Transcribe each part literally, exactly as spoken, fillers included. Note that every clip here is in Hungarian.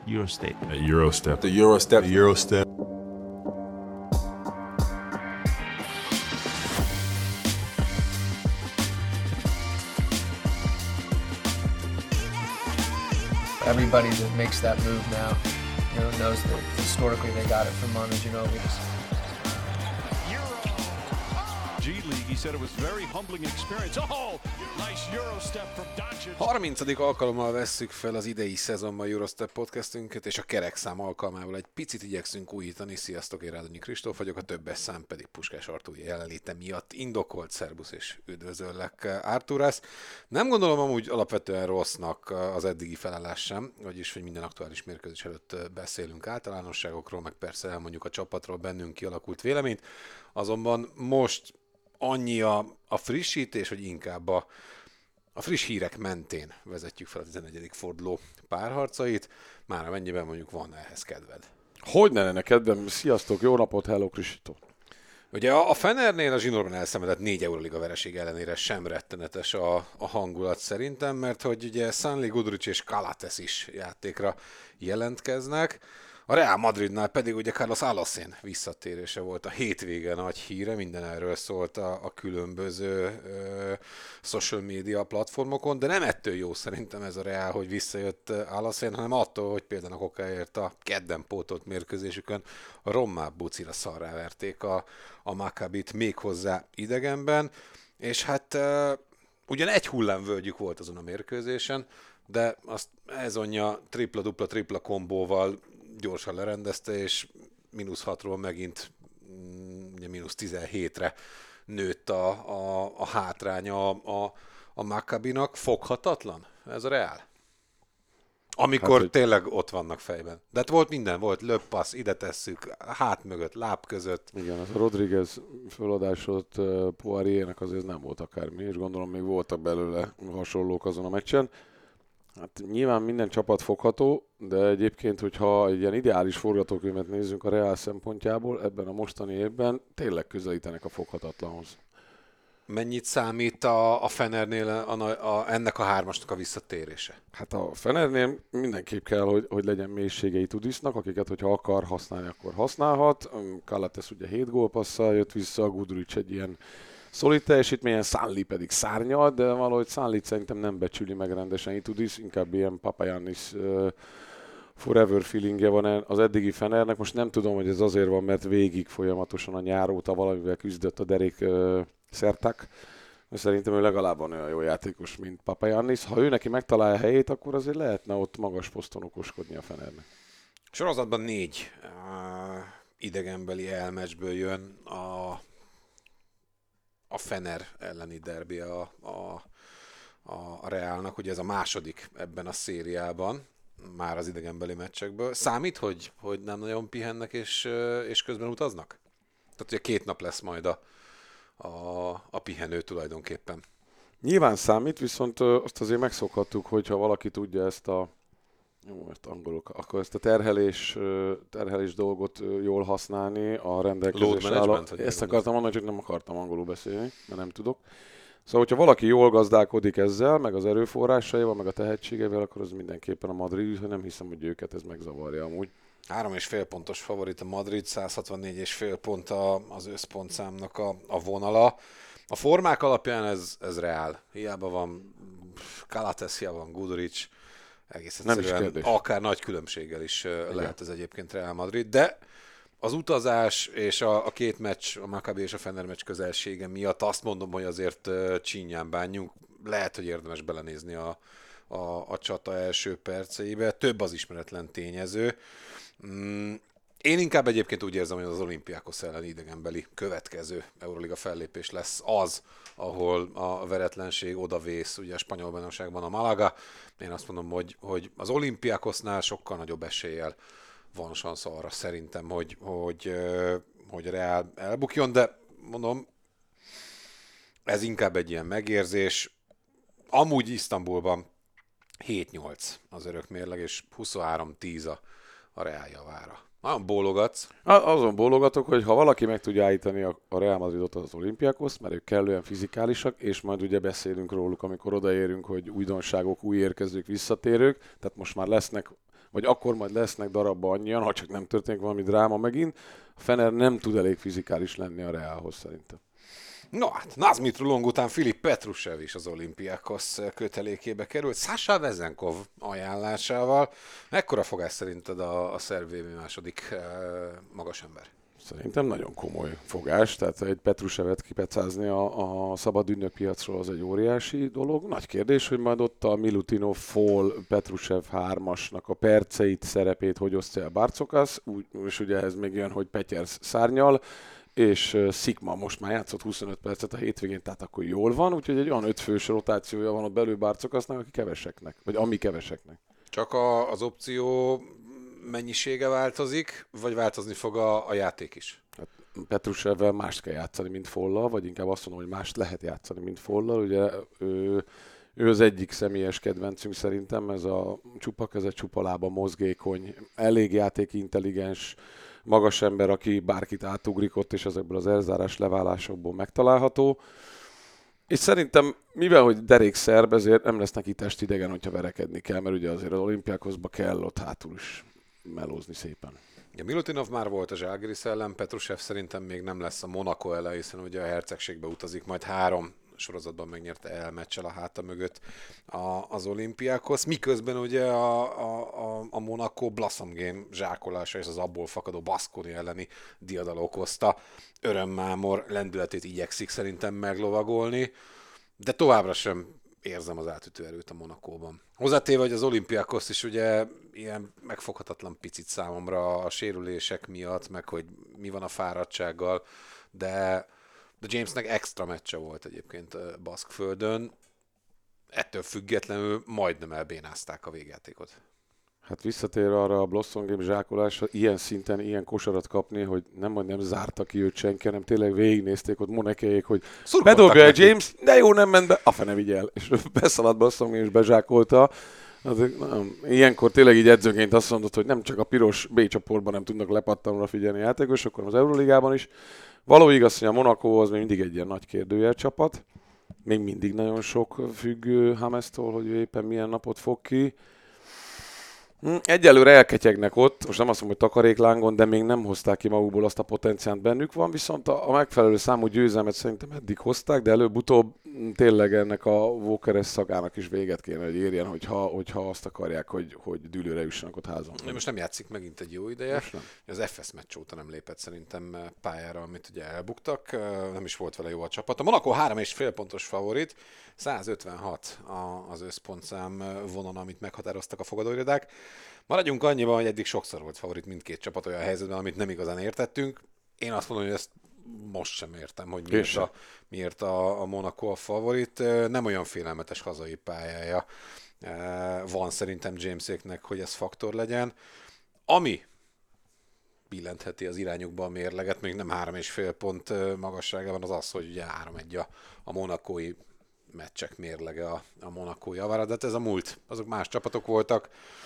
Eurostep. A Eurostep. The Eurostep. The Eurostep. Everybody that makes that move now, you know, knows that historically they got it from Manu Ginobili. G League, he said it was very humbling experience. Oh, nice Eurostep from Doncic. harmincadik alkalommal vesszük fel az idei szezonban Eurostep podcastünket, és a kerekszám alkalmával egy picit igyekszünk újítani. Sziasztok, én Rádonyi Kristóf vagyok, a többes szám pedig Puskás Artúr jelenléte miatt indokolt. Szerbusz és üdvözöllek, Artúrász. Nem gondolom amúgy alapvetően rossznak az eddigi felállás sem, vagyis, hogy minden aktuális mérkőzés előtt beszélünk általánosságokról, meg persze elmondjuk a csapatról bennünk kialakult véleményt, azonban most annyi a, a frissítés, hogy inkább a, a friss hírek mentén vezetjük fel a tizennegyedik forduló párharcait, már amennyiben mondjuk van ehhez kedved. Hogy ne lenne kedvem? Sziasztok, jó napot, hello Krisito! Ugye a, a Fenernél a zsinórban elszenvedett négy Euroliga vereség ellenére sem rettenetes a, a hangulat szerintem, mert hogy ugye Stanley Goodrich és Calates is játékra jelentkeznek. A Real Madridnál pedig ugye Carlos Alacén visszatérése volt a hétvége nagy híre, minden erről szólt a, a különböző ö, social media platformokon, de nem ettől jó szerintem ez a Real, hogy visszajött Alacén, hanem attól, hogy például a Kokáért a kedden pótolt mérkőzésükön a rommá bucira szarrá verték a, a Maccabit méghozzá idegenben, és hát ö, ugyan egy hullámvölgyük volt azon a mérkőzésen, de azt ezonja tripla-dupla-tripla kombóval gyorsan lerendezte, és mínusz hatról megint ugye mínusz tizenhétre nőtt a, a, a hátránya a, a, a Maccabinak. Foghatatlan ez a Real? Amikor hát, hogy... tényleg ott vannak fejben. De hát volt minden, volt löppassz, ide tesszük, hát mögött, láb között. Igen, az a Rodriguez feladásolt uh, Poiriernek azért nem volt akármi, és gondolom még voltak belőle hasonlók azon a meccsen. Hát nyilván minden csapat fogható, de egyébként, hogyha egy ilyen ideális forgatókönyvet nézzünk a Real szempontjából, ebben a mostani évben tényleg közelítenek a foghatatlanhoz. Mennyit számít a, a Fenernél a, a, ennek a hármasnak a visszatérése? Hát a Fenernél mindenképp kell, hogy, hogy legyen mélységei Tudisnak, akiket, hogyha akar használni, akkor használhat. Calates ugye hét gólpasszal jött vissza, Goodrich egy ilyen szolid teljesítményen, Stanley pedig szárnyal, de valahogy Stanley szerintem nem becsüli meg rendesen Itudis, inkább ilyen Papagiannis uh, forever feelingje van az eddigi Fenernek. Most nem tudom, hogy ez azért van, mert végig folyamatosan a nyár óta valamivel küzdött a derék uh, Szerták. Szerintem ő legalább olyan jó játékos, mint Papagiannis. Ha ő neki megtalálja a helyét, akkor azért lehetne ott magas poszton okoskodni a Fenernek. Sorozatban négy uh, idegenbeli elmeccsből jön a a Fener elleni derbi a, a, a Realnak, ugye ez a második ebben a szériában, már az idegenbeli meccsekből. Számít, hogy, hogy nem nagyon pihennek és, és közben utaznak? Tehát ugye két nap lesz majd a, a, a pihenő tulajdonképpen. Nyilván számít, viszont azt azért megszokhattuk, hogyha valaki tudja ezt a jó, most angolok, akkor ezt a terhelés, terhelés dolgot jól használni a rendelkezés álló. Ezt akartam mondani, csak nem akartam angolul beszélni, mert nem tudok. Szóval, hogyha valaki jól gazdálkodik ezzel, meg az erőforrásaival, meg a tehetségeivel, akkor az mindenképpen a Madrid, hogy nem hiszem, hogy őket ez megzavarja amúgy. Három és fél pontos favorit a Madrid, száz hatvannégy és fél pont az összpontszámnak a, a vonala. A formák alapján ez, ez Real. Hiába van Calates, hiába van Goodrich, egész egyszerűen akár nagy különbséggel is igen. Lehet ez egyébként Real Madrid, de az utazás és a, a két meccs, a Maccabi és a Fener meccs közelsége miatt azt mondom, hogy azért uh, csínyán bánjunk. Lehet, hogy érdemes belenézni a, a, a csata első perceibe. Több az ismeretlen tényező. Mm, én inkább egyébként úgy érzem, hogy az Olympiakos ellen idegenbeli következő Euroliga fellépés lesz az, ahol a veretlenség odavész, ugye a spanyol bajnokságban a Malaga. Én azt mondom, hogy, hogy az Olympiakosnál sokkal nagyobb eséllyel van szansz arra szerintem, hogy, hogy, hogy Real elbukjon, de mondom, ez inkább egy ilyen megérzés. Amúgy Isztambulban hét nyolc az örök mérleg, és huszonhárom tíz a, a Real javára. Nagyon bólogatsz. Azon bólogatok, hogy ha valaki meg tudja állítani a Real Madridot az Olympiakoszt, mert ők kellően fizikálisak, és majd ugye beszélünk róluk, amikor odaérünk, hogy újdonságok, új érkezők, visszatérők, tehát most már lesznek vagy akkor majd lesznek darabba annyian, ha csak nem történik valami dráma megint, a Fener nem tud elég fizikális lenni a Realhoz szerintem. No hát, Nazmi Trulong után Filip Petrusev is az Olympiakos kötelékébe került, Sasha Vezenkov ajánlásával. Mekkora fogás szerinted a, a szerb vé bé második uh, magasember? Szerintem nagyon komoly fogás, tehát egy Petrusevet kipecázni a, a szabad ügynökpiacról az egy óriási dolog. Nagy kérdés, hogy majd ott a Milutinov, Fall, Petrusev hármasnak a perceit, szerepét hogy osztja a Barcokas, és ugye ez még jön, hogy Petyers szárnyal, és Szikma most már játszott huszonöt percet a hétvégén, tehát akkor jól van, úgyhogy egy olyan ötfős rotációja van ott belül Barcokasnak, aki keveseknek, vagy ami keveseknek. Csak a, az opció mennyisége változik, vagy változni fog a, a játék is? Hát Petrusevvel mást kell játszani, mint Follal, vagy inkább azt mondom, hogy mást lehet játszani, mint Follal. Ugye ő, ő az egyik személyes kedvencünk szerintem, ez a csupak, ez a csupalába mozgékony, elég játéki intelligens, magas ember, aki bárkit átugrik ott, és ezekből az elzárás leválásokból megtalálható. És szerintem, mivel hogy derék szerb, ezért nem lesz neki testidegen, hogyha verekedni kell, mert ugye azért az Olympiakosba kell ott hátul is melózni szépen. Ja, Milutinov már volt a Zsalgiris ellen, Petrusev szerintem még nem lesz a Monaco ellen, hiszen ugye a hercegségbe utazik, majd három sorozatban megnyerte el meccsel a háta mögött a, az Olympiakos, miközben ugye a, a, a, a Monaco Blossom Game zsákolása és az abból fakadó Baskonia elleni diadal okozta örömmámor lendületét igyekszik szerintem meglovagolni, de továbbra sem érzem az átütő erőt a Monacóban. Hozzátéve, hogy az Olympiakos is ugye ilyen megfoghatatlan picit számomra a sérülések miatt, meg hogy mi van a fáradtsággal, de, de Jamesnek extra meccse volt egyébként Baszkföldön. Ettől függetlenül majdnem elbénázták a végjátékot. Hát visszatér arra a Blossom Game zsákolásra, ilyen szinten, ilyen kosarat kapni, hogy nem majd nem zárta ki őt senki, hanem tényleg végignézték ott Monekéjék, hogy bedobja a James, de jó, nem ment be, a fene vigyel. És beszaladt Blossom Game és bezsákolta. Azért, nem, ilyenkor tényleg így edzőként azt mondott, hogy nem csak a piros B csoportban nem tudnak lepattanóra figyelni játékosok, hanem az Euróligában is. Való igaz, hogy a Monaco az még mindig egy ilyen nagy kérdőjel csapat. Még mindig nagyon sok függ Hamestól, hogy ő éppen milyen napot fog ki. Egyelőre elketyegnek ott, most nem azt mondom, hogy takaréklángon, de még nem hozták ki magukból azt a potenciált bennük van, viszont a, a megfelelő számú győzelmet szerintem eddig hozták, de előbb-utóbb tényleg ennek a Walkeres szagának is véget kéne, hogy érjen, hogyha, hogyha azt akarják, hogy, hogy dűlőre jussanak ott házon. Most nem játszik megint egy jó ideje. Az ef es meccs óta nem lépett szerintem pályára, amit ugye elbuktak, nem is volt vele jó a csapat. A Monaco három és fél pontos favorit, százötvenhat az összpontszám vonal, amit meghatároztak a fogadóirodák. Maradjunk annyiban, hogy eddig sokszor volt favorit mindkét csapat olyan helyzetben, amit nem igazán értettünk. Én azt mondom, hogy ezt most sem értem, hogy miért, a, miért a, a Monaco a favorit. Nem olyan félelmetes hazai pályája van szerintem Jameséknek, hogy ez faktor legyen. Ami billentheti az irányukba a mérleget, még nem három és fél pont magasságában, az az, hogy ugye három egy a, a monakói meccsek mérlege a, a monakói javára, de hát ez a múlt, azok más csapatok voltak.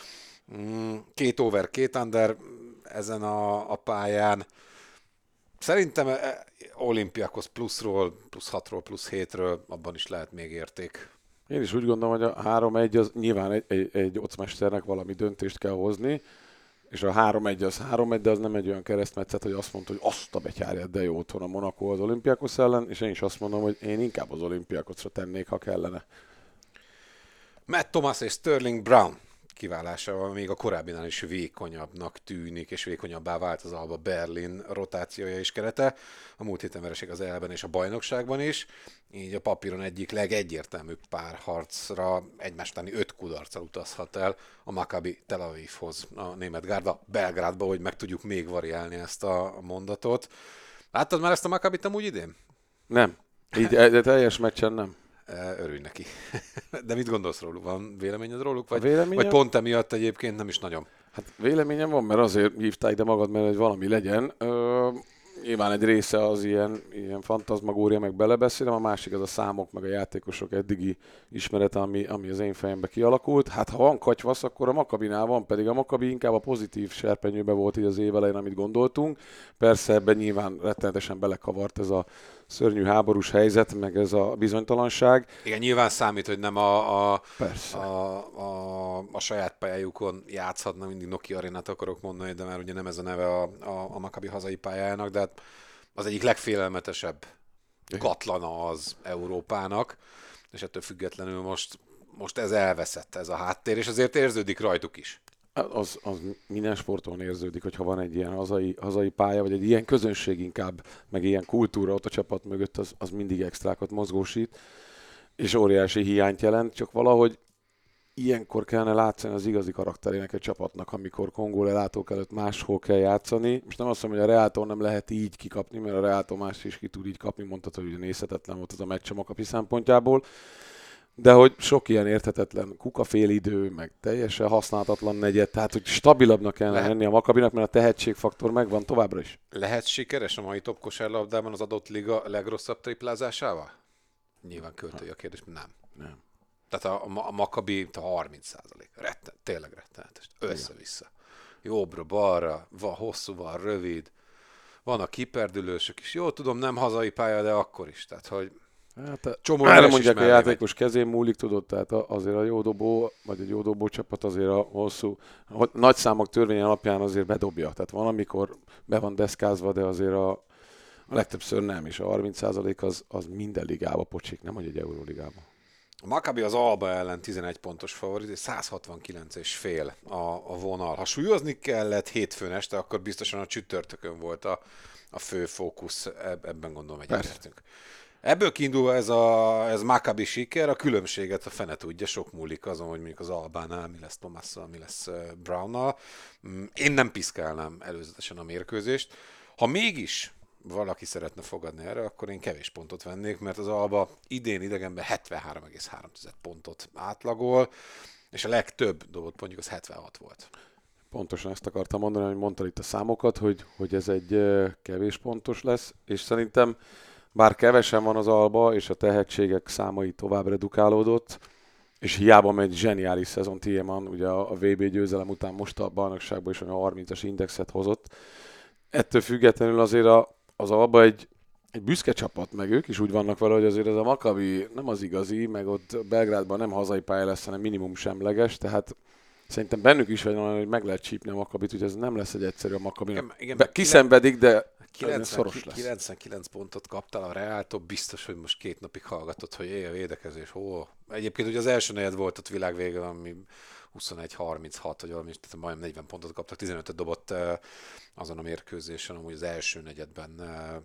Két over, két under ezen a, a pályán. Szerintem Olympiakos pluszról, plusz hatról, plusz hétről abban is lehet még érték. Én is úgy gondolom, hogy a három egy az nyilván egy, egy, egy ocmesternek valami döntést kell hozni, és a három egy az három egy, de az nem egy olyan keresztmetszet, hogy azt mondta, hogy azt a betyárját, de jó otthon a Monaco az Olympiakos ellen, és én is azt mondom, hogy én inkább az Olympiakosra tennék, ha kellene. Matt Thomas és Sterling Brown kiválásával még a korábbinál is vékonyabbnak tűnik, és vékonyabbá vált az Alba Berlin rotációja és kerete. A múlt héten vereség az elben és a bajnokságban is, így a papíron egyik legegyértelműbb párharcra egymás utáni öt kudarccal utazhat el a Maccabi Tel Avivhoz, a német gárda Belgrádba, hogy meg tudjuk még variálni ezt a mondatot. Láttad már ezt a Maccabit amúgy idén? Nem. Így de teljes meccsen nem. Örülj neki. De mit gondolsz róluk? Van véleményed róluk? Vagy, véleményem... vagy pont emiatt egyébként nem is nagyon? Hát véleményem van, mert azért hívtál ide magad, mert hogy valami legyen. Ö, nyilván egy része az ilyen, ilyen fantazmagória, meg belebeszélem, a másik az a számok, meg a játékosok eddigi ismerete, ami, ami az én fejembe kialakult. Hát ha van katyvasz, akkor a Maccabinál van, pedig a Maccabi inkább a pozitív serpenyőbe volt így az év elején, amit gondoltunk. Persze ebben nyilván rettenetesen belekavart ez a szörnyű háborús helyzet, meg ez a bizonytalanság. Igen, nyilván számít, hogy nem a, a, Persze. a, a, a saját pályájukon játszhatna, mindig Nokia Arénát akarok mondani, de már ugye nem ez a neve a, a, a Maccabi hazai pályájának, de hát az egyik legfélelmetesebb katlana az Európának, és ettől függetlenül most, most ez elveszett, ez a háttér, és azért érződik rajtuk is. Az, az minden sporton érződik, hogyha van egy ilyen hazai, hazai pálya, vagy egy ilyen közönség inkább, meg ilyen kultúra ott a csapat mögött, az, az mindig extrákat mozgósít, és óriási hiányt jelent, csak valahogy ilyenkor kellene látszani az igazi karakterének egy csapatnak, amikor kongóle látók előtt máshol kell játszani. Most nem azt mondom, hogy a Reáltól nem lehet így kikapni, mert a Reáltól más is ki tud így kapni, mondtad, hogy nézhetetlen volt ez a meccs a Maccabi szempontjából. De hogy sok ilyen érthetetlen kukafélidő, meg teljesen használhatatlan negyed, tehát hogy stabilabbnak kellene Lehet. lenni a Maccabinak, mert a tehetségfaktor megvan továbbra is. Lehet sikeres a mai top kosárlabdában az adott liga legrosszabb triplázásával? Nyilván költői a kérdés, nem. Nem. Tehát a, a, a Maccabi a harminc százalék. Retten, tényleg rettenetes. Össze-vissza. Jobbra, balra, van hosszú, van rövid. Van a kiperdülősök is. Jó, tudom, nem hazai pálya, de akkor is. Tehát, hogy Hát, csomó erre veres mondják, is a mellé játékos kezén múlik, tudod, tehát a- azért a jó dobó, vagy egy jó dobó csapat azért a hosszú, a nagy számok törvény alapján azért bedobja. Tehát van, amikor be van deszkázva, de azért a, a legtöbbször nem, és a harminc százalék az, az minden ligába pocsik, nem hogy egy Euróligába. A Maccabi az Alba ellen tizenegy pontos favorit, és száz hatvankilenc és fél a, a vonal. Ha súlyozni kellett hétfőn este, akkor biztosan a csütörtökön volt a, a fő fókusz, eb- ebben gondolom egyetértünk. Ebből kiindulva ez a ez Maccabi siker, a különbséget a fene tudja, sok múlik azon, hogy mondjuk az Albánál mi lesz Thomasszal, mi lesz Brownnal. Én nem piszkálnám előzetesen a mérkőzést. Ha mégis valaki szeretne fogadni erre, akkor én kevés pontot vennék, mert az Alba idén idegenben hetvenhárom egész három pontot átlagol, és a legtöbb dobott pontjuk az hetvenhat volt. Pontosan ezt akartam mondani, hogy mondtad itt a számokat, hogy, hogy ez egy eh, kevés pontos lesz, és szerintem bár kevesen van az Alba, és a tehetségek számai tovább redukálódott, és hiába megy zseniális szezon Tiemann, ugye a vé bé győzelem után most a bajnokságban is a harmincas indexet hozott. Ettől függetlenül azért a, az Alba egy, egy büszke csapat, meg ők is úgy vannak vele, hogy azért ez a Maccabi nem az igazi, meg ott Belgrádban nem hazai pálya lesz, hanem minimum semleges, tehát szerintem bennük is van olyan, hogy meg lehet csípni a Maccabit, hogy ez nem lesz egy egyszerű a Maccabinak. Igen, igen, Be- meg Kiszenvedik, de kilencven, szoros lesz. kilencvenkilenc pontot kaptál a Reáltól, biztos, hogy most két napig hallgatod, hogy éj a védekezés, hó. Egyébként ugye az első negyed volt ott világ vége, ami huszonegy harminchat, vagy valami, tehát majdnem negyven pontot kaptak, tizenötöt dobott uh, azon a mérkőzésen, amúgy az első negyedben uh,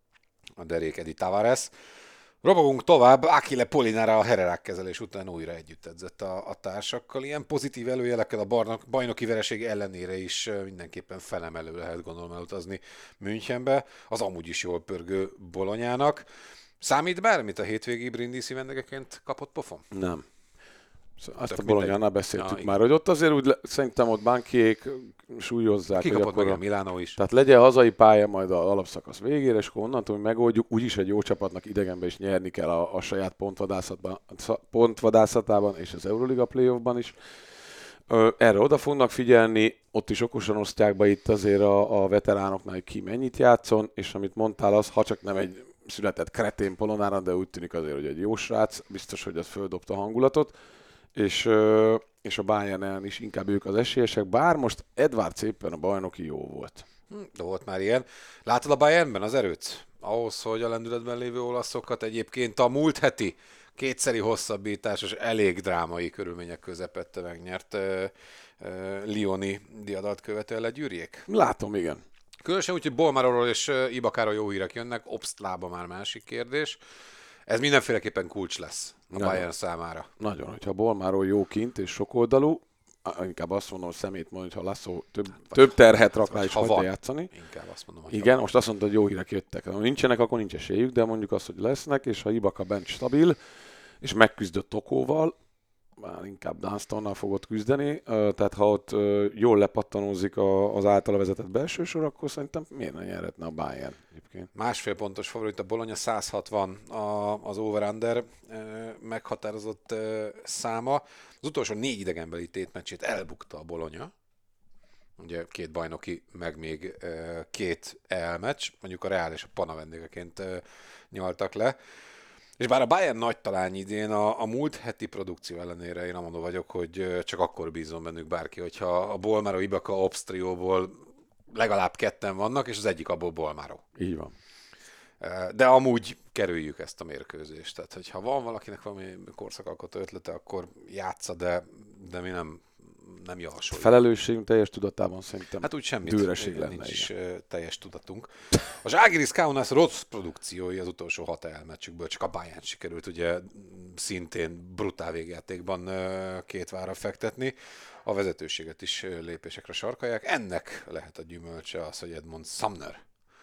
a derék Edi Tavares. Robogunk tovább, Achille Polinára a Hererák kezelés után újra együtt edzett a, a társakkal. Ilyen pozitív előjelekkel a barnak, bajnoki vereség ellenére is mindenképpen felemelő lehet gondolom elutazni Münchenbe, az amúgy is jól pörgő Bolonyának. Számít bármit a hétvégi Brindisi vendégeként kapott pofon? Nem. Szóval azt Tök a Bolonyánál beszéltük Ja, már, hogy ott azért úgy le, szerintem ott Bankiék súlyozzák. Ki hogy kapott akkor meg a, a Milánó is? Tehát legyen hazai pálya majd az alapszakasz végére, és akkor onnantól, hogy megoldjuk, úgyis egy jó csapatnak idegenben is nyerni kell a, a saját pontvadászatban, pontvadászatában és az Euroliga playoffban is. Ö, erre oda fognak figyelni, ott is okosan osztják be itt azért a, a veteránoknál, hogy ki mennyit játszon, és amit mondtál az, ha csak nem egy született kretén Polonára, de úgy tűnik azért, hogy egy jó srác, biztos, hogy az földobta a hangulatot, és, és a Bayernen is inkább ők az esélyesek, bár most Edwards éppen a bajnoki jó volt. De volt már ilyen. Látod a Bayernben az erőt? Ahhoz, hogy a lendületben lévő olaszokat egyébként a múlt heti kétszeri hosszabbításos, elég drámai körülmények közepette megnyert uh, uh, Lioni diadalt követően legyűrjék? Látom, igen. Különösen úgy, hogy Bolmaróról és uh, Ibakáról jó hírek jönnek, Obstlába már másik kérdés. Ez mindenféleképpen kulcs lesz a Nagyon. Bayern számára. Nagyon, hogyha Bolmáról jó kint és sokoldalú, inkább azt mondom, hogy szemét mondja, hogy ha Lasso több, több terhet rak rá és ha hagyja van. játszani. Inkább azt mondom, hogy Igen, most azt mondta, hogy jó hírek jöttek. Ha nincsenek, akkor nincs esélyük, de mondjuk azt, hogy lesznek, és ha Ibaka bench stabil, és megküzdött Tokóval, már inkább Dunstonnal fogott küzdeni, tehát ha ott jól lepattanózik az általa vezetett belső sor, akkor szerintem miért ne nyerhetne a Bayern egyébként. Másfél pontos favorit a Bologna, száz hatvan a, az over-under meghatározott száma. Az utolsó négy idegenbeli tétmeccsét elbukta a Bologna. ugye két bajnoki, meg még két é el meccs, mondjuk a Real és a Pana vendégeként nyaltak le. És bár a Bayern nagy talány idén, a, a múlt heti produkció ellenére én amondó vagyok, hogy csak akkor bízom bennük bárki, hogyha a Bolmaro, Ibaka, Ops trióból legalább ketten vannak, és az egyik abból Bolmaro. Így van. De amúgy kerüljük ezt a mérkőzést. Tehát, hogyha van valakinek valami korszakalkotó ötlete, akkor játsza, de, de mi nem, nem javasoljuk. Felelősségünk teljes tudatában szerintem hát úgy semmit, dőreség lenne. Nincs is igen. teljes tudatunk. A Žalgiris Kaunas rossz produkciói az utolsó hat é el meccsükből, csak a Bayern sikerült ugye szintén brutál végjátékban két vára fektetni. A vezetőséget is lépésekre sarkalják. Ennek lehet a gyümölcse az, hogy Edmond Sumner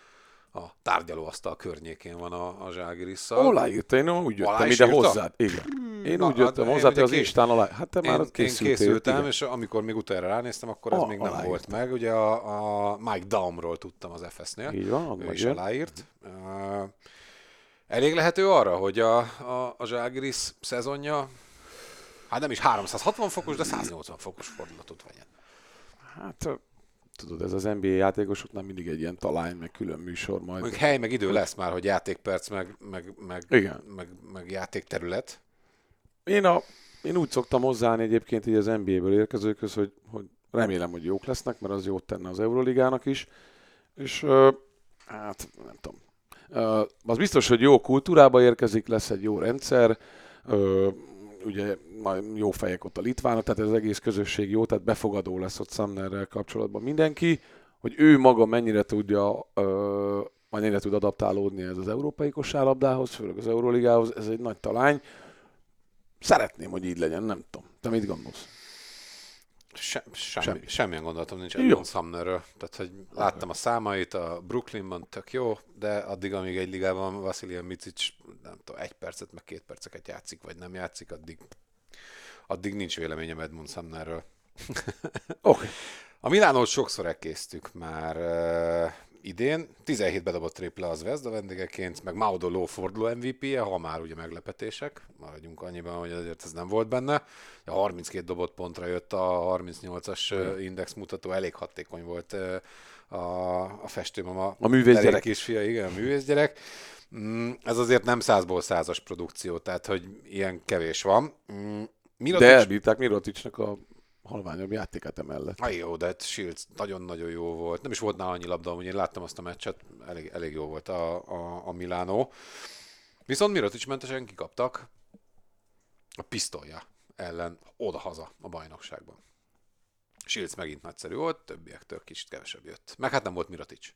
a tárgyalóasztal környékén van a, a Žalgirisszal. Aláírta, én úgy jöttem Alá ide írta? hozzád. Igen. Én Na, úgy jöttem hát, hozzá, te az én- Instán alá... Hát te már Én, ott én készültél. készültem, igen. és amikor még utána ránéztem, akkor ez A- még nem aláírta. volt meg. Ugye a, a Mike Daumról tudtam az ef es-nél. Így van, az Ő is megjön. aláírt. Uh, elég lehető arra, hogy a, a, a Žalgiris szezonja, hát nem is háromszázhatvan fokos, de száznyolcvan fokos fordulatot vegyen. Hát tudod, ez az en bé á játékosoknál mindig egy ilyen talány, meg külön műsor majd. Mondjuk hely, meg idő lesz már, hogy játékperc, meg, meg, meg, Igen. meg, meg játékterület. Én, a, én úgy szoktam hozzáállni egyébként így az en bé á-ből érkezőkhöz, hogy, hogy remélem, hogy jók lesznek, mert az jót tenne az Euroligának is. És uh, hát nem tudom. Uh, az biztos, hogy jó kultúrába érkezik, lesz egy jó rendszer, uh, ugye majd jó fejek ott a litvánok, tehát ez az egész közösség jó, tehát befogadó lesz ott Sumnerrel kapcsolatban mindenki, hogy ő maga mennyire tudja, uh, mennyire tud adaptálódni ez az európai kosárlabdához, főleg az Euroligához, ez egy nagy talány. Szeretném, hogy így legyen, nem tudom. Te mit gondolsz? Se, semmi, Semmi. Semmilyen gondolatom nincs Jó. Edmond Sumnerről. Tehát, hogy láttam a számait, a Brooklynban tök jó, de addig, amíg egy ligában Vasilij Micic, nem tudom, egy percet, meg két perceket játszik, vagy nem játszik, addig, addig nincs véleményem Edmond Sumnerről. Oké. Okay. A Milánót sokszor elkésztük már uh, idén. tizenhét bedobott tripla az Zvezda vendégeként, meg Maudoló forduló em vé pé-je, ha már ugye meglepetések. Maradjunk annyiban, hogy azért ez nem volt benne. A harminckét dobott pontra jött a harmincnyolcas uh, index mutató, elég hatékony volt uh, a, a festőmama. A művészgyerek. Kisfia, igen, a művészgyerek. Mm, ez azért nem százból százas produkció, tehát hogy ilyen kevés van. Mm, De elbírták Miroticsnak a halványabb játékát emellett. Ha jó, de Shields nagyon-nagyon jó volt. Nem is volt nála annyi labda, amúgy én láttam azt a meccset, elég, elég jó volt a, a, a Milánó. Viszont Mirotic mentesen kikaptak a Pisztolja ellen oda-haza a bajnokságban. Shields megint nagyszerű volt, többiektől kicsit kevesebb jött. Meg hát nem volt Mirotic.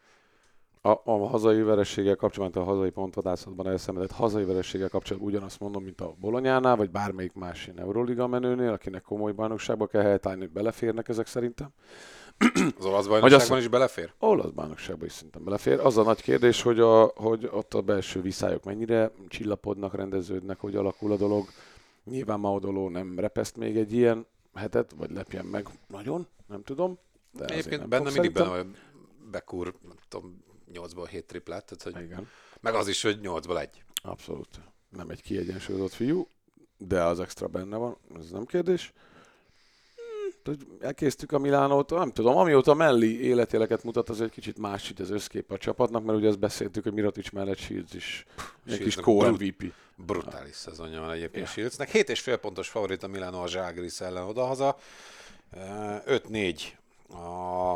A, a hazai verességgel kapcsolatban, a hazai pontvadászatban elszenvedett hazai verességgel kapcsolatban ugyanazt mondom, mint a Bolonyánál, vagy bármelyik más ilyen Euroliga menőnél, akinek komoly bajnokságba kell helytállni, hogy beleférnek ezek szerintem. Az olasz bajnokságban is belefér? Olasz bajnokságban is szerintem belefér. Az a nagy kérdés, hogy, a, hogy ott a belső viszályok mennyire csillapodnak, rendeződnek, hogy alakul a dolog. Nyilván Maudoló nem repeszt még egy ilyen hetet, vagy lepjen meg nagyon, nem tudom. De Egyébként benne mindig benne, hogy Bekur, nem tudom, nyolcból hét triplát, tehát hogy igen. meg az is, hogy nyolcból egy. Abszolút. Nem egy kiegyensúlyozott fiú, de az extra benne van, ez nem kérdés. Hmm, elkésztük a Milánót, nem tudom, amióta Melli életéleket mutat, az egy kicsit más így az összkép a csapatnak, mert ugye azt beszéltük, hogy Mirotic mellett Shields is egy kis core em vé pé. Brutális szezonja van egyébként Ja. Shieldsnek. hét és fél pontos favorit a Milánó a Žalgiris ellen odahaza. öt négy a,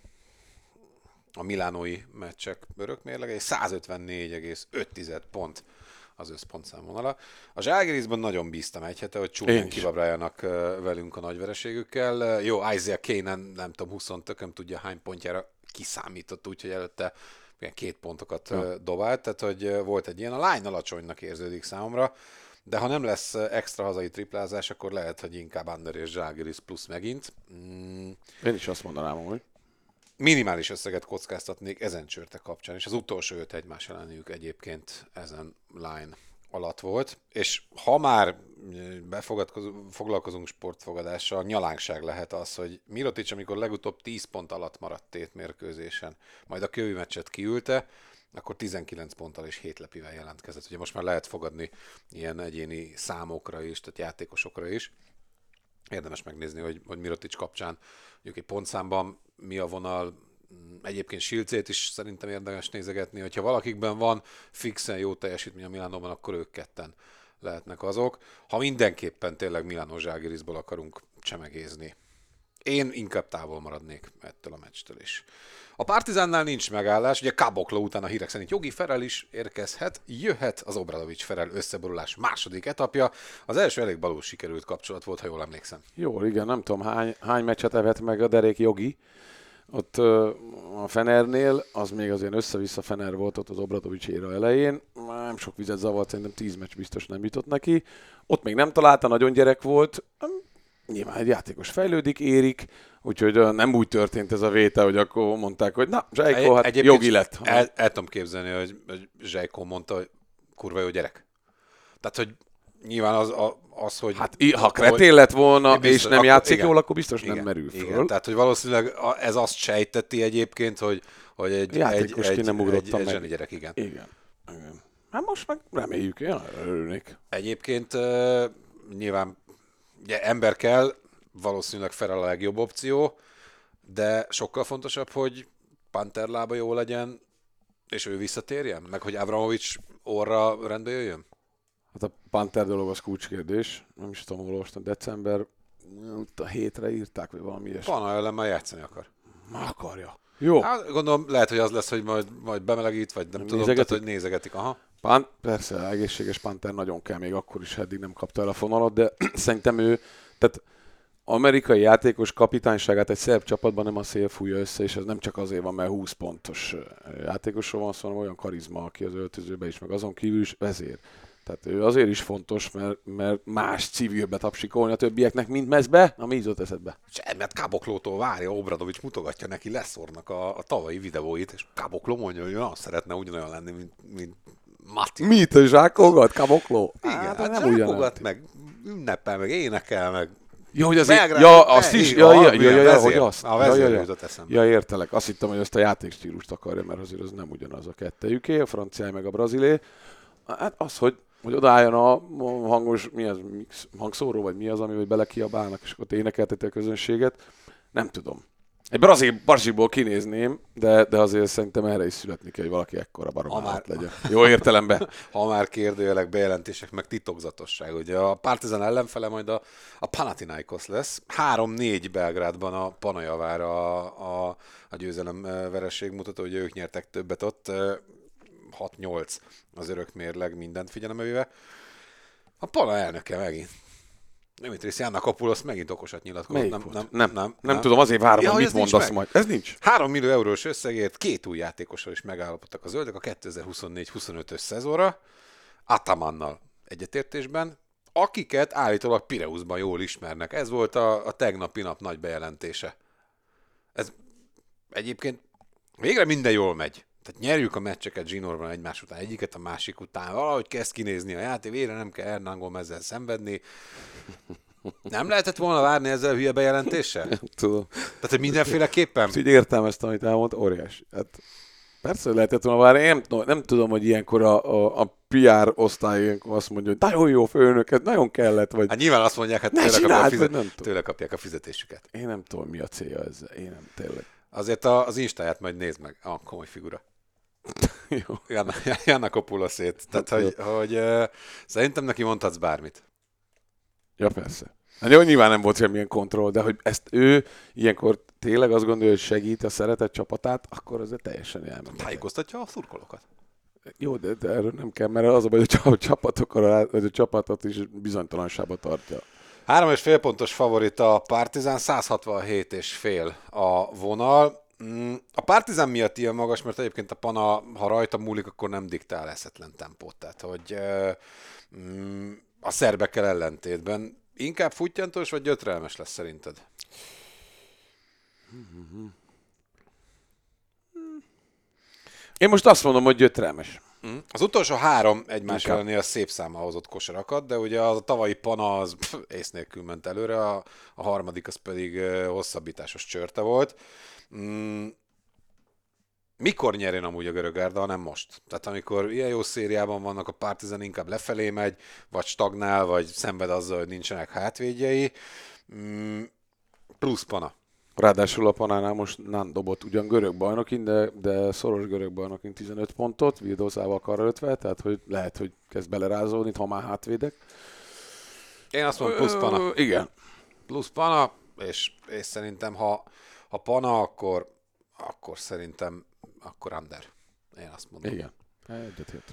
a milánói meccsek örökmérlege, és százötvennégy egész öt pont az összpontszámvonala. A Žalgirisban nagyon bíztam egy hete, hogy csúnyán kibabráljanak velünk a nagyvereségükkel. Jó, Isaiah Kane nem tudom, húsz tököm tudja hány pontjára kiszámított, úgyhogy előtte két pontokat ja. dobált, tehát hogy volt egy ilyen, a line alacsonynak érződik számomra, de ha nem lesz extra hazai triplázás, akkor lehet, hogy inkább Under és Žalgiris plusz megint. Mm. Én is azt mondanám, hogy minimális összeget kockáztatnék ezen csörte kapcsán, és az utolsó öt egymás ellenük egyébként ezen line alatt volt, és ha már foglalkozunk sportfogadással, nyalánkság lehet az, hogy Mirotic, amikor legutóbb tíz pont alatt maradt tét mérkőzésen, majd a kövű meccset kiülte, akkor tizenkilenc ponttal és hét lepivel jelentkezett. Ugye most már lehet fogadni ilyen egyéni számokra is, tehát játékosokra is. Érdemes megnézni, hogy, hogy Mirotic kapcsán mondjuk egy pontszámban mi a vonal. Egyébként Silcét is szerintem érdemes nézegetni, hogyha valakikben van fixen jó teljesítmény a Milánóban, akkor ők ketten lehetnek azok. Ha mindenképpen tényleg Milánó Zsalgirisból akarunk csemegézni. Én inkább távol maradnék ettől a meccstől is. A Partizánnál nincs megállás, ugye Caboclo után a hírek szerint Jogi Ferrell is érkezhet, jöhet az Obradovics Ferrell összeborulás második etapja. Az első elég valós sikerült kapcsolat volt, ha jól emlékszem. Jó, igen, nem tudom hány, hány meccset evett meg a derék Jogi. Ott uh, a Fenernél, az még az ilyen össze-vissza Fener volt ott az Obradovics éra elején. Nem sok vizet zavart, szerintem tíz meccs biztos nem jutott neki. Ott még nem találta, nagyon gyerek volt. Nyilván egy játékos fejlődik, érik, úgyhogy nem úgy történt ez a vétel, hogy akkor mondták, hogy na, Zsajko, hát Egyébként Jogi lett. El, el tudom képzelni, hogy, hogy Zsajko mondta, hogy kurva jó gyerek. Tehát, hogy nyilván az, az hogy... Hát ha kretén lett volna, biztos, és nem akkor, játszik igen, jól, akkor biztos igen, nem merül föl. Igen, tehát, hogy valószínűleg ez azt sejteti egyébként, hogy, hogy egy, játékos egy, ki nem egy, ugrottam egy meg. zseni gyerek, igen. Igen. igen. Hát most meg reméljük, én örülnék. Egyébként uh, nyilván ugye, ember kell, valószínűleg Ferrell a legjobb opció, de sokkal fontosabb, hogy Panther lába jó legyen, és ő visszatérjen? Meg hogy Abramovics orra rendbe jöjjön? Hát a Panther dolog az kulcskérdés. Nem is tudom, olvastam, december a hétre írták, vagy valami ilyesmi. Pana ellen már játszani akar. Már akarja. Jó. Hát, gondolom, lehet, hogy az lesz, hogy majd, majd bemelegít, vagy nem, nem tudom, tehát, hogy nézegetik. Aha. Pán, persze, egészséges Panther nagyon kell, még akkor is eddig nem kapta el a fonalat, de szerintem ő, tehát amerikai játékos kapitányságát egy szerb csapatban nem a szél fújja össze, és ez nem csak azért van, mert húsz pontos játékosról van szó, hanem olyan karizma, aki az öltözőbe is, meg azon kívül is vezér. Tehát ő azért is fontos, mert, mert más civilbe tapsikolni a többieknek, mint mezbe, ami jutott eszedbe. Sem, mert Caboklótól várja, Obradovics mutogatja neki Leszornak a, a tavalyi videóit, és Caboclo mondja, hogy azt szeretne ugyanolyan lenni, mint, mint Mati. Mit, a zsákolgat, Caboclo? Igen, hát, hát nem zsákolgat, meg ünnepel, meg énekel, meg... Ja, hogy azért, Belgrád, ja, azt is, ja, ja, ja, ja, ja, hogy azt. A vezér ja, ja, jutott eszembe. Ja, értelek. Azt hittem, hogy azt a játékstílust akarja, mert azért az nem ugyanaz a kettejüké, a franciáj meg a brazilé. Hát az, hogy, hogy odaálljon a hangos, mi az, mix, hangszóró, vagy mi az, ami hogy belekiabálnak, és akkor énekelteti a közönséget. Nem tudom. Egy brazil barsiból kinézném, de, de azért szerintem erre is születni kell, hogy valaki ekkora baromát legyen. Jó értelemben. Ha már kérdőjelek, bejelentések, meg titokzatosság. Ugye a Partizan ellenfele majd a, a Panathinaikos lesz. három négy Belgrádban a Pana javára a, a, a győzelem vereség mutató, hogy ők nyertek többet ott. hat nyolc az örök mérleg, mindent figyelembe véve. A Pana elnöke megint. Dimitris Giannakopoulos megint okosat nyilatkozott. Nem, nem, nem, nem, nem, nem tudom, azért várom, ja, hogy mit mondasz majd. Ez nincs. három millió eurós összegért két új játékossal is megállapodtak a zöldek a kétezer-huszonnégy huszonötös szezonra, Atamannal egyetértésben, akiket állítólag Pireuszban jól ismernek. Ez volt a, a tegnapi nap nagy bejelentése. Ez egyébként végre minden jól megy. Tehát nyerjük a meccseket Zsinórban egymás után, egyiket a másik után. Valahogy kezd kinézni a játék, végre nem kell Hernán Gómezzel szenvedni. Nem lehetett volna várni ezzel a hülye bejelentéssel? Tudom. Tehát, hogy mindenféleképpen? Így értelmeztem, amit elmond, óriási. Hát, persze, hogy lehetett volna várni. Én nem, nem tudom, hogy ilyenkor a, a, a pé er osztály ilyenkor azt mondja, hogy nagyon jó főnök, ez nagyon kellett. Vagy... Hát nyilván azt mondják, hát tőle, csináld, kapják, fizet... nem tőle kapják a fizetésüket. Én nem tudom, mi a célja ezzel. Én nem, tényleg. Azért a, az Instáját majd nézd meg. Ah, komoly figura. Jó. Giannakopoulosét. Tehát, hogy, hogy uh, szerintem neki mondhatsz bármit. Ja, persze. Hát jó, nyilván nem volt semmilyen kontroll, de hogy ezt ő ilyenkor tényleg azt gondolja, hogy segít a szeretett csapatát, akkor azért teljesen elment. Tájékoztatja a szurkolókat. Jó, de, de erről nem kell, mert az a baj, hogy a csapatokkal, vagy a csapatot is bizonytalanságba tartja. Három és fél pontos favorit a Partizan, száz hatvanhét és fél a vonal. A Partizan miatt ilyen magas, mert egyébként a Pana, ha rajta múlik, akkor nem diktál eszetlen tempót. Tehát, hogy a szerbekkel ellentétben inkább futtyantós, vagy gyötrelmes lesz szerinted? Én most azt mondom, hogy gyötrelmes. Az utolsó három egymás elleni a szép száma hozott kosarakat, de ugye a tavalyi Pana az pff, ész nélkül ment előre, a, a harmadik az pedig uh, hosszabbításos csörte volt. Mm. Mikor nyerjen amúgy a Görögárda, ha nem most? Tehát amikor ilyen jó szériában vannak, a Partizan inkább lefelé megy, vagy stagnál, vagy szenved azzal, hogy nincsenek hátvédjei. Mm. Plusz Pana. Ráadásul a Panánál most nem dobott ugyan görög bajnokin, de, de szoros görög bajnokin tizenöt pontot, Vildózával karra ötve, tehát hogy lehet, hogy kezd belerázódni, ha már hátvédek. Én azt mondom, plusz Pana. Ö, igen. Plusz Pana, és, és szerintem ha, ha Pana, akkor, akkor szerintem akkor under. Én azt mondom. Igen. Egyetért.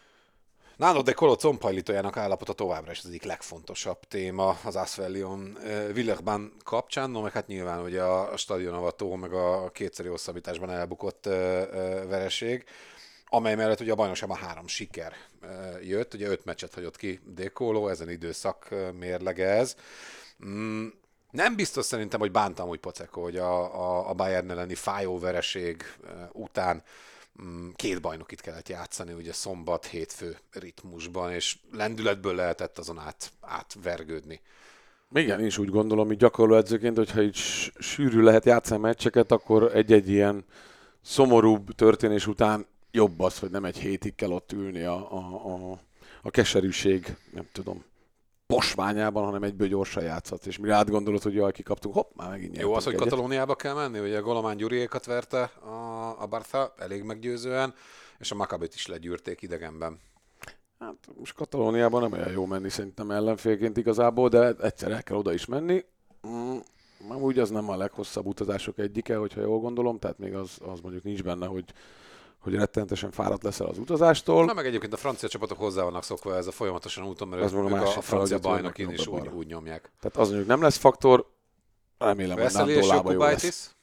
Nano de Colo combhajlítójának állapota továbbra is az egyik legfontosabb téma az Asvellion Villeurbanne kapcsán, no meg hát nyilván ugye a stadionavató, meg a kétszeri hosszabbításban elbukott vereség, amely mellett ugye a bajnokságban három siker jött, ugye öt meccset hagyott ki de Colo, ezen időszak mérlege ez. Mm, nem biztos szerintem, hogy bántam úgy Poceko, hogy a, a, a Bayern elleni fájó vereség után két bajnokit kellett játszani, ugye szombat, hétfő ritmusban, és lendületből lehetett azon át, átvergődni. Igen, én is úgy gondolom, hogy gyakorló edzőként, hogyha így sűrű lehet játszani meccseket, akkor egy-egy ilyen szomorúbb történés után jobb az, hogy nem egy hétig kell ott ülni a, a, a, a keserűség, nem tudom, posványában, hanem egyből gyorsan játszhat. És mire átgondolod, hogy jaj, kikaptunk, hopp, már megint Jó az, hogy egyet. Katalóniába kell menni, ugye Golomán Gyuriékat verte a, a Barca elég meggyőzően, és a Maccabit is legyűrték idegenben. Hát most Katalóniában nem olyan jó menni szerintem ellenfélként igazából, de egyszer el kell oda is menni. Mm, úgy az nem a leghosszabb utazások egyike, hogyha jól gondolom, tehát még az, az mondjuk nincs benne, hogy hogy rettenetesen fáradt leszel az utazástól. Na meg egyébként a francia csapatok hozzá vannak szokva ez a folyamatosan úton, mert Ez ők a, a, a francia bajnokin is úgy, úgy nyomják. Tehát az mondjuk nem lesz faktor, remélem, Veseli hogy és Nando lába jó Jokubaitis? lesz.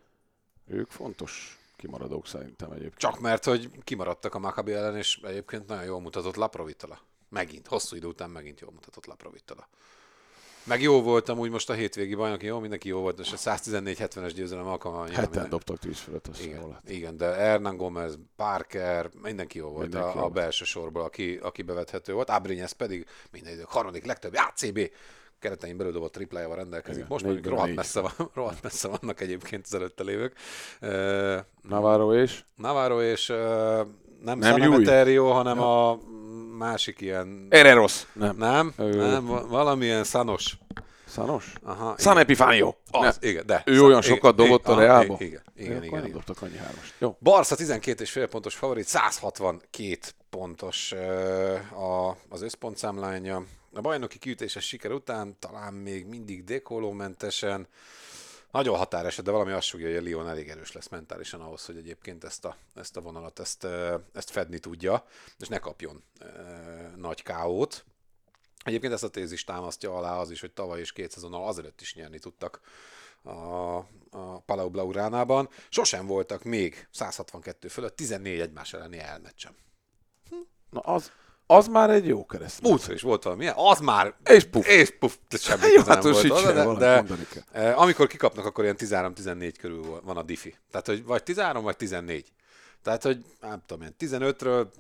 Ők fontos kimaradók szerintem egyébként. Csak mert, hogy kimaradtak a Maccabi ellen, és egyébként nagyon jól mutatott Laprovitola. Megint, hosszú idő után megint jól mutatott Laprovitola. Meg jó voltam úgy most a hétvégi bajnoki, jó, mindenki jó volt, és a száztizennégy hetvenes győzelem alkalmával. Heten dobtak tűz fölött, azt igen, igen, de Hernán Gómez, Parker, mindenki jó volt mindenki a, a belső sorból, aki, aki bevethető volt. Abrines pedig minden idők harmadik legtöbb á cé bé keretein belül dobott triplájával rendelkezik. Igen, most mondjuk rohadt messze, van, rohadt messze vannak egyébként az előtte lévők. Uh, Navarro és? Navarro és uh, nem, nem Sanemeterio, hanem a másik ilyen... Ereros. Nem. Nem, nem, valamilyen szanos. Szanos? Aha. San Epifanio. Az, igen, de. Ő olyan sokat dobott a Reálba? Igen, igen, igen. Nem dobtak annyi hármast. Jó. Barca tizenkét és fél pontos favorit, száz hatvankét pontos uh, az összpontszámlánya. A bajnoki kiütéses siker után talán még mindig de Colo mentesen. Nagyon határeset, de valami azt sugja, hogy a Lyon elég erős lesz mentálisan ahhoz, hogy egyébként ezt a, ezt a vonalat, ezt, ezt fedni tudja, és ne kapjon e, nagy ká ót. Egyébként ezt a tézist támasztja alá az is, hogy tavaly és két szezonnal azelőtt is nyerni tudtak a, a Palau Blauránában. Sosem voltak még száz hatvankettő fölött tizennégy egymás elleni elmeccsem. Hm. Na az... Az már egy jó kereszt. Múltkor is volt valami, az már... És puf. És puf. Semmi jó, nem hát volt oda, de, de amikor kikapnak, akkor ilyen tizenhárom tizennégy körül van a diffi. Tehát, hogy vagy tizenhárom, vagy tizennégy. Tehát, hogy nem tudom, ilyen tizenötről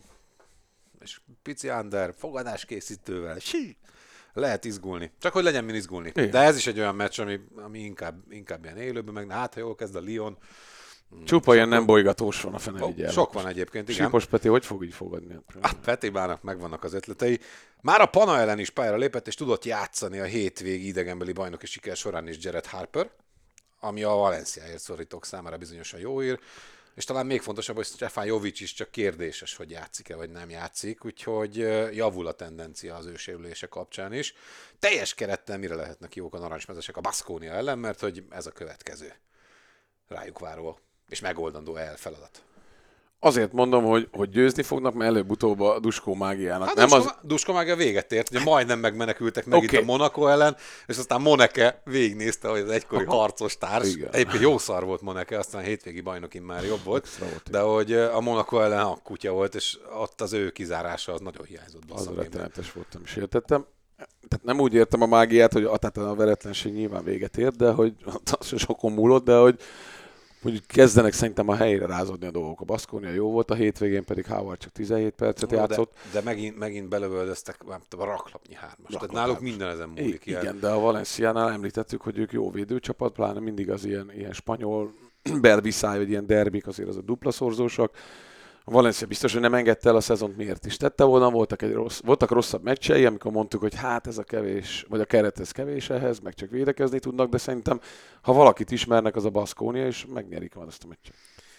és pici under, fogadáskészítővel, sí, lehet izgulni. Csak hogy legyen min izgulni. Igen. De ez is egy olyan meccs, ami, ami inkább, inkább ilyen élőben, meg hát, ha jól kezd a Lyon. Csupa ilyen nem bolygatós van a fene oh, vigyel. Sok van egyébként, igen. Sípos Peti hogy fog így fogadni? A Petibának megvannak az ötletei. Már a Pana ellen is pályára lépett, és tudott játszani a hétvégi idegenbeli bajnoki siker során is Jared Harper, ami a Valenciáért szorítók számára bizonyosan jó ír. És talán még fontosabb, hogy Stefan Jovic is csak kérdéses, hogy játszik-e vagy nem játszik, úgyhogy javul a tendencia az ő sérülése kapcsán is. Teljes kerettel mire lehetnek jók a narancsmezesek a Baskonia ellen, mert hogy ez a következő rájuk váró és megoldandó el feladat. Azért mondom, hogy, hogy győzni fognak, mert előbb-utóbb a Duskó mágiának. Hát nem Duskó, az... Duskó mágia véget ért, ugye majdnem megmenekültek meg okay. itt a Monaco ellen, és aztán Moneke végignézte, hogy az egykori Aha. harcos társ. Igen. Egyébként jó szar volt Moneke, aztán a hétvégi bajnokin már jobb volt, volt de hogy a Monaco ellen a kutya volt, és ott az ő kizárása az nagyon hiányzott. Az rettenetes voltam, is értettem. Tehát nem úgy értem a mágiát, hogy a, tehát a veretlenség nyilván véget ért, de hogy az sokon múlott, de hogy mondjuk kezdenek szerintem a helyre rázódni a dolgok. A Baskonia jó volt, a hétvégén pedig Howard csak tizenhét percet no, játszott. De, de megint, megint belövöldöztek nem tudom, a raklapnyi hármas. Tehát náluk minden ezen múlik. I- igen, de a Valenciánál említettük, hogy ők jó védőcsapat, pláne mindig az ilyen, ilyen spanyol berbiszáj, vagy ilyen derbik, azért az a dupla szorzósak. A Valencia biztos, hogy nem engedte el a szezont, miért is tette volna. Voltak, egy rossz, voltak rosszabb meccsei, amikor mondtuk, hogy hát ez a kevés, vagy a keret ez kevés ehhez, meg csak védekezni tudnak, de szerintem, ha valakit ismernek, az a Baskonia, és megnyerik majd azt a meccset.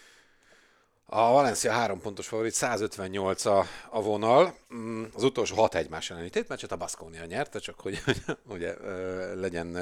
A Valencia három pontos favorit, száz ötvennyolc a, a vonal. Az utolsó hat egymás elleni tétmeccset a Baskonia nyerte, csak hogy ugye legyen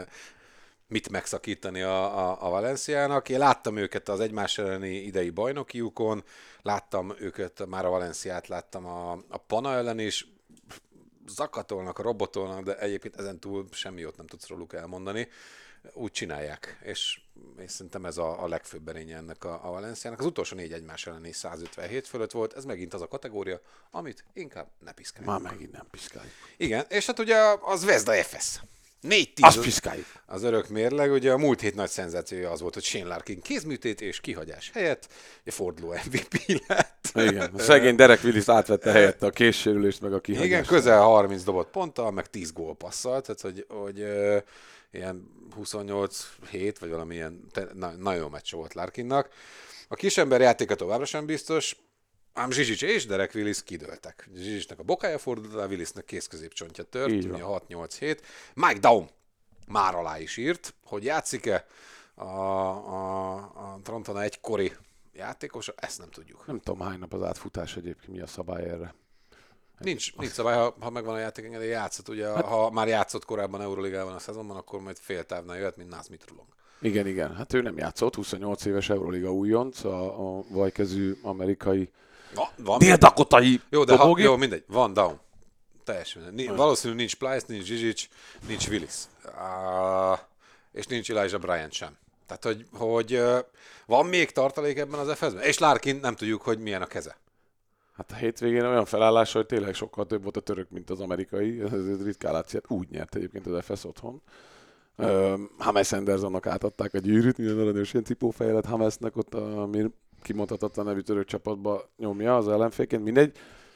mit megszakítani a, a, a Valenciának. Én láttam őket az egymás elleni idei bajnokiukon, láttam őket, már a Valenciát láttam a, a Pana ellen is, zakatolnak, robotolnak, de egyébként ezen túl semmi jót nem tudsz róluk elmondani. Úgy csinálják, és, és szerintem ez a, a legfőbb erénye ennek a, a Valenciának. Az utolsó négy egymás elleni száz ötvenhét fölött volt, ez megint az a kategória, amit inkább ne piszkáljuk. Már megint nem piszkáljuk. Igen, és hát ugye az Zvezda ef es. négy tíz Azt piszkáljuk. Az örök mérleg, ugye a múlt hét nagy szenzációja az volt, hogy Shane Larkin kézműtét és kihagyás helyett a forduló em vé pé lett. Igen, a szegény Derek Willis átvette helyette a készsérülést, meg a kihagyást. Igen, közel harminc dobott ponttal, meg tíz gólpasszal, tehát hogy, hogy uh, ilyen huszonnyolc hét, vagy valamilyen na, nagyon jó meccs volt Larkinnak. A kisember játéka továbbra sem biztos, ám Zsizsics és Derek Willis kidőltek. Zsizsicsnek a bokája fordult, a Willisnek kézközépcsontja tört, ugye hat nyolc hét. Mike Daum már alá is írt, hogy játszik-e a, a, a Toronto egykori játékos, ezt nem tudjuk. Nem tudom, hány nap az átfutás egyébként, mi a szabály erre. Nincs, nincs szabály, ha, ha megvan a játékengedély, játszott. Ugye, hát, ha már játszott korábban Euroligában a szezonban, akkor majd fél távnál jöhet, mint Nász Mitrulong. Igen, igen. Hát ő nem játszott, huszonnyolc éves Euroliga újonc, a, a vajkezű amerikai dél-dakotai jó, de ha, jó, mindegy, van Daum. Teljesen. Ni, valószínűleg nincs Plyce, nincs Zsizsics, nincs Willis. Uh, és nincs Elijah Bryant sem. Tehát, hogy, hogy uh, van még tartalék ebben az ef es-ben? És Larkin nem tudjuk, hogy milyen a keze. Hát a hétvégén olyan felállás, hogy tényleg sokkal több volt a török, mint az amerikai. Ez ritkán látszik. Úgy nyert egyébként az ef es otthon. Uh, James Andersonnak átadták a gyűrűt, milyen aranyos ilyen cipófeje lett Jamesnek ott, ami kimondhatatlan nevű török csapatba nyomja az ellenfélként. Mindegy.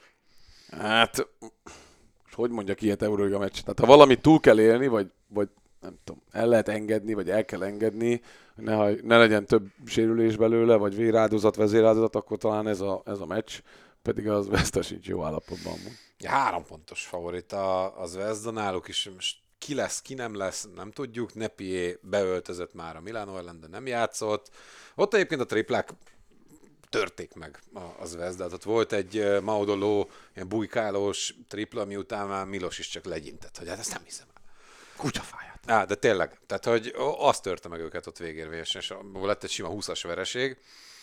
Hát, hogy mondjak ilyet Euroliga meccs? Tehát ha valamit túl kell élni, vagy, vagy nem tudom, el lehet engedni, vagy el kell engedni, ne, ne legyen több sérülés belőle, vagy véráldozat, vezéráldozat, akkor talán ez a, ez a meccs, pedig az Zvezda sincs jó állapotban. Ja, három pontos favorit a, a Zvezda, náluk is most ki lesz, ki nem lesz, nem tudjuk. Nepié beöltözött már a Milano ellen, de nem játszott. Ott egyébként a triplák törték meg a Zvezdát. Ott volt egy Maudoló, ilyen bujkálós tripla, miután már Milos is csak legyintett, hogy hát ezt nem hiszem el. Kutyafáját. Á, de tényleg, tehát hogy azt törte meg őket ott végérvényesen, és lett egy sima húszas vereség.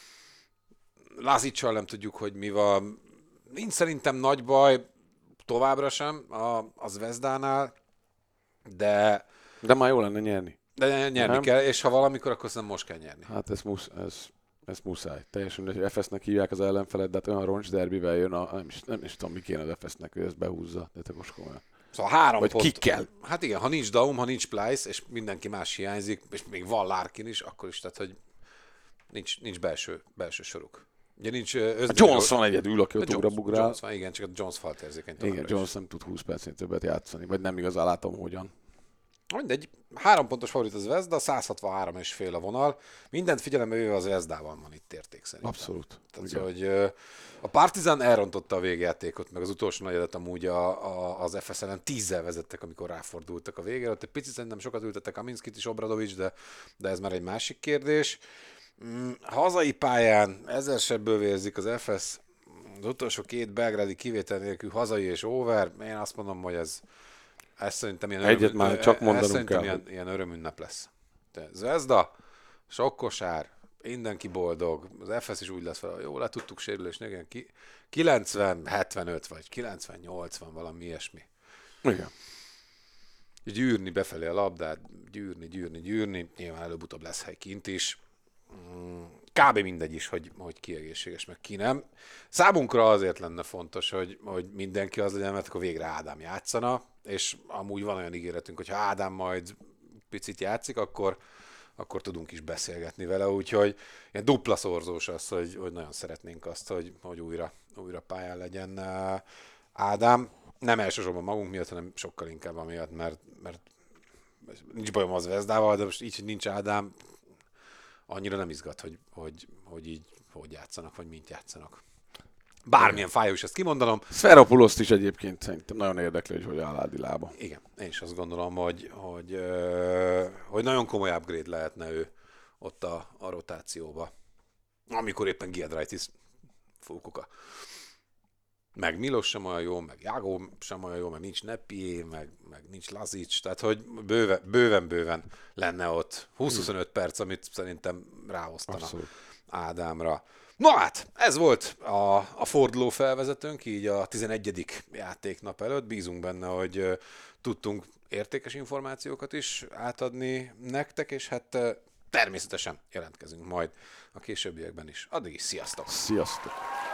Lazicsal nem tudjuk, hogy mi van. Nincs szerintem nagy baj, továbbra sem a, a Zvezdánál, de... De már jó lenne nyerni. De nyerni nem? kell, és ha valamikor, akkor nem most kell nyerni. Hát ez, musz, ez, ez muszáj. Teljesen, hogy ef es-nek hívják az ellenfelet, de hát olyan roncs derbivel jön, a, nem, is, nem is tudom, mi kéne az ef es-nek, hogy ezt behúzza. De te most komolyan. Szóval három vagy pont. ki kell. Hát igen, ha nincs Daum, ha nincs Plyce, és mindenki más hiányzik, és még van Larkin is, akkor is, tehát, hogy nincs, nincs belső, belső soruk. Ugye nincs Özdemir... Jones van egyedül, aki ott ugrabugrál. Jones van, igen, csak a Jones faltérzékeny. Igen, Jones nem tud húsz percnél többet játszani, vagy nem igazán látom, hogyan. Mindegy, három pontos favorit az Zvezda, száz hatvanhárom és fél a vonal. Mindent figyelembe véve az Zvezdában van itt érték szerintem. Abszolút. Tehát, hogy a Partizan elrontotta a végjátékot, meg az utolsó negyedet amúgy a, a, az ef es ellen tízzel vezettek, amikor ráfordultak a végére. Ott egy picit szerintem sokat ültettek Kaminskit is, Obradovics, de, de ez már egy másik kérdés. Mm, hazai pályán ezer sebből vérzik az ef es, az utolsó két belgrádi kivétel nélkül hazai és over. Én azt mondom, hogy ez Ez szerintem ilyen, Egyet öröm, már csak mondanunk szerintem kell. Ilyen, ilyen örömünnep lesz. De Zvezda, sok kosár, mindenki boldog, az ef es is úgy lesz vele, jó, le tudtuk sérülésni, igen, kilencven hetvenöt vagy kilencven nyolcvan, valami ilyesmi. Igen. Gyűrni befelé a labdát, gyűrni, gyűrni, gyűrni, nyilván előbb-utóbb lesz hely kint is. Kb. Mindegy is, hogy, hogy ki egészséges, meg ki nem. Számunkra azért lenne fontos, hogy, hogy mindenki az legyen, mert akkor végre Ádám játszana, és amúgy van olyan ígéretünk, hogy ha Ádám majd picit játszik, akkor, akkor tudunk is beszélgetni vele, úgyhogy ilyen dupla szorzós az, hogy, hogy nagyon szeretnénk azt, hogy, hogy újra, újra pályán legyen Ádám. Nem elsősorban magunk miatt, hanem sokkal inkább amiatt, mert, mert nincs bajom az Zvezdával, de most így, hogy nincs Ádám, annyira nem izgat, hogy, hogy, hogy így hogy játszanak, vagy mint játszanak. Bármilyen fájós ezt kimondanom. Sferopuloszt is egyébként szerintem nagyon érdekli, hogy hogy áll Ádi lába. Igen, én is azt gondolom, hogy, hogy, ö, hogy nagyon komoly upgrade lehetne ő ott a, a rotációba. Amikor éppen Giedraitis fúkuka. Meg Milos sem olyan jó, meg Jágó sem olyan jó, meg nincs Nepié, meg, meg nincs Lazic, tehát hogy bőven, bőven, bőven lenne ott húsz-huszonöt perc, amit szerintem ráosztana Abszolút. Ádámra. Na hát, ez volt a, a forduló felvezetőnk, így a tizenegyedik játéknap előtt. Bízunk benne, hogy uh, tudtunk értékes információkat is átadni nektek, és hát uh, természetesen jelentkezünk majd a későbbiekben is. Addig is sziasztok! Sziasztok!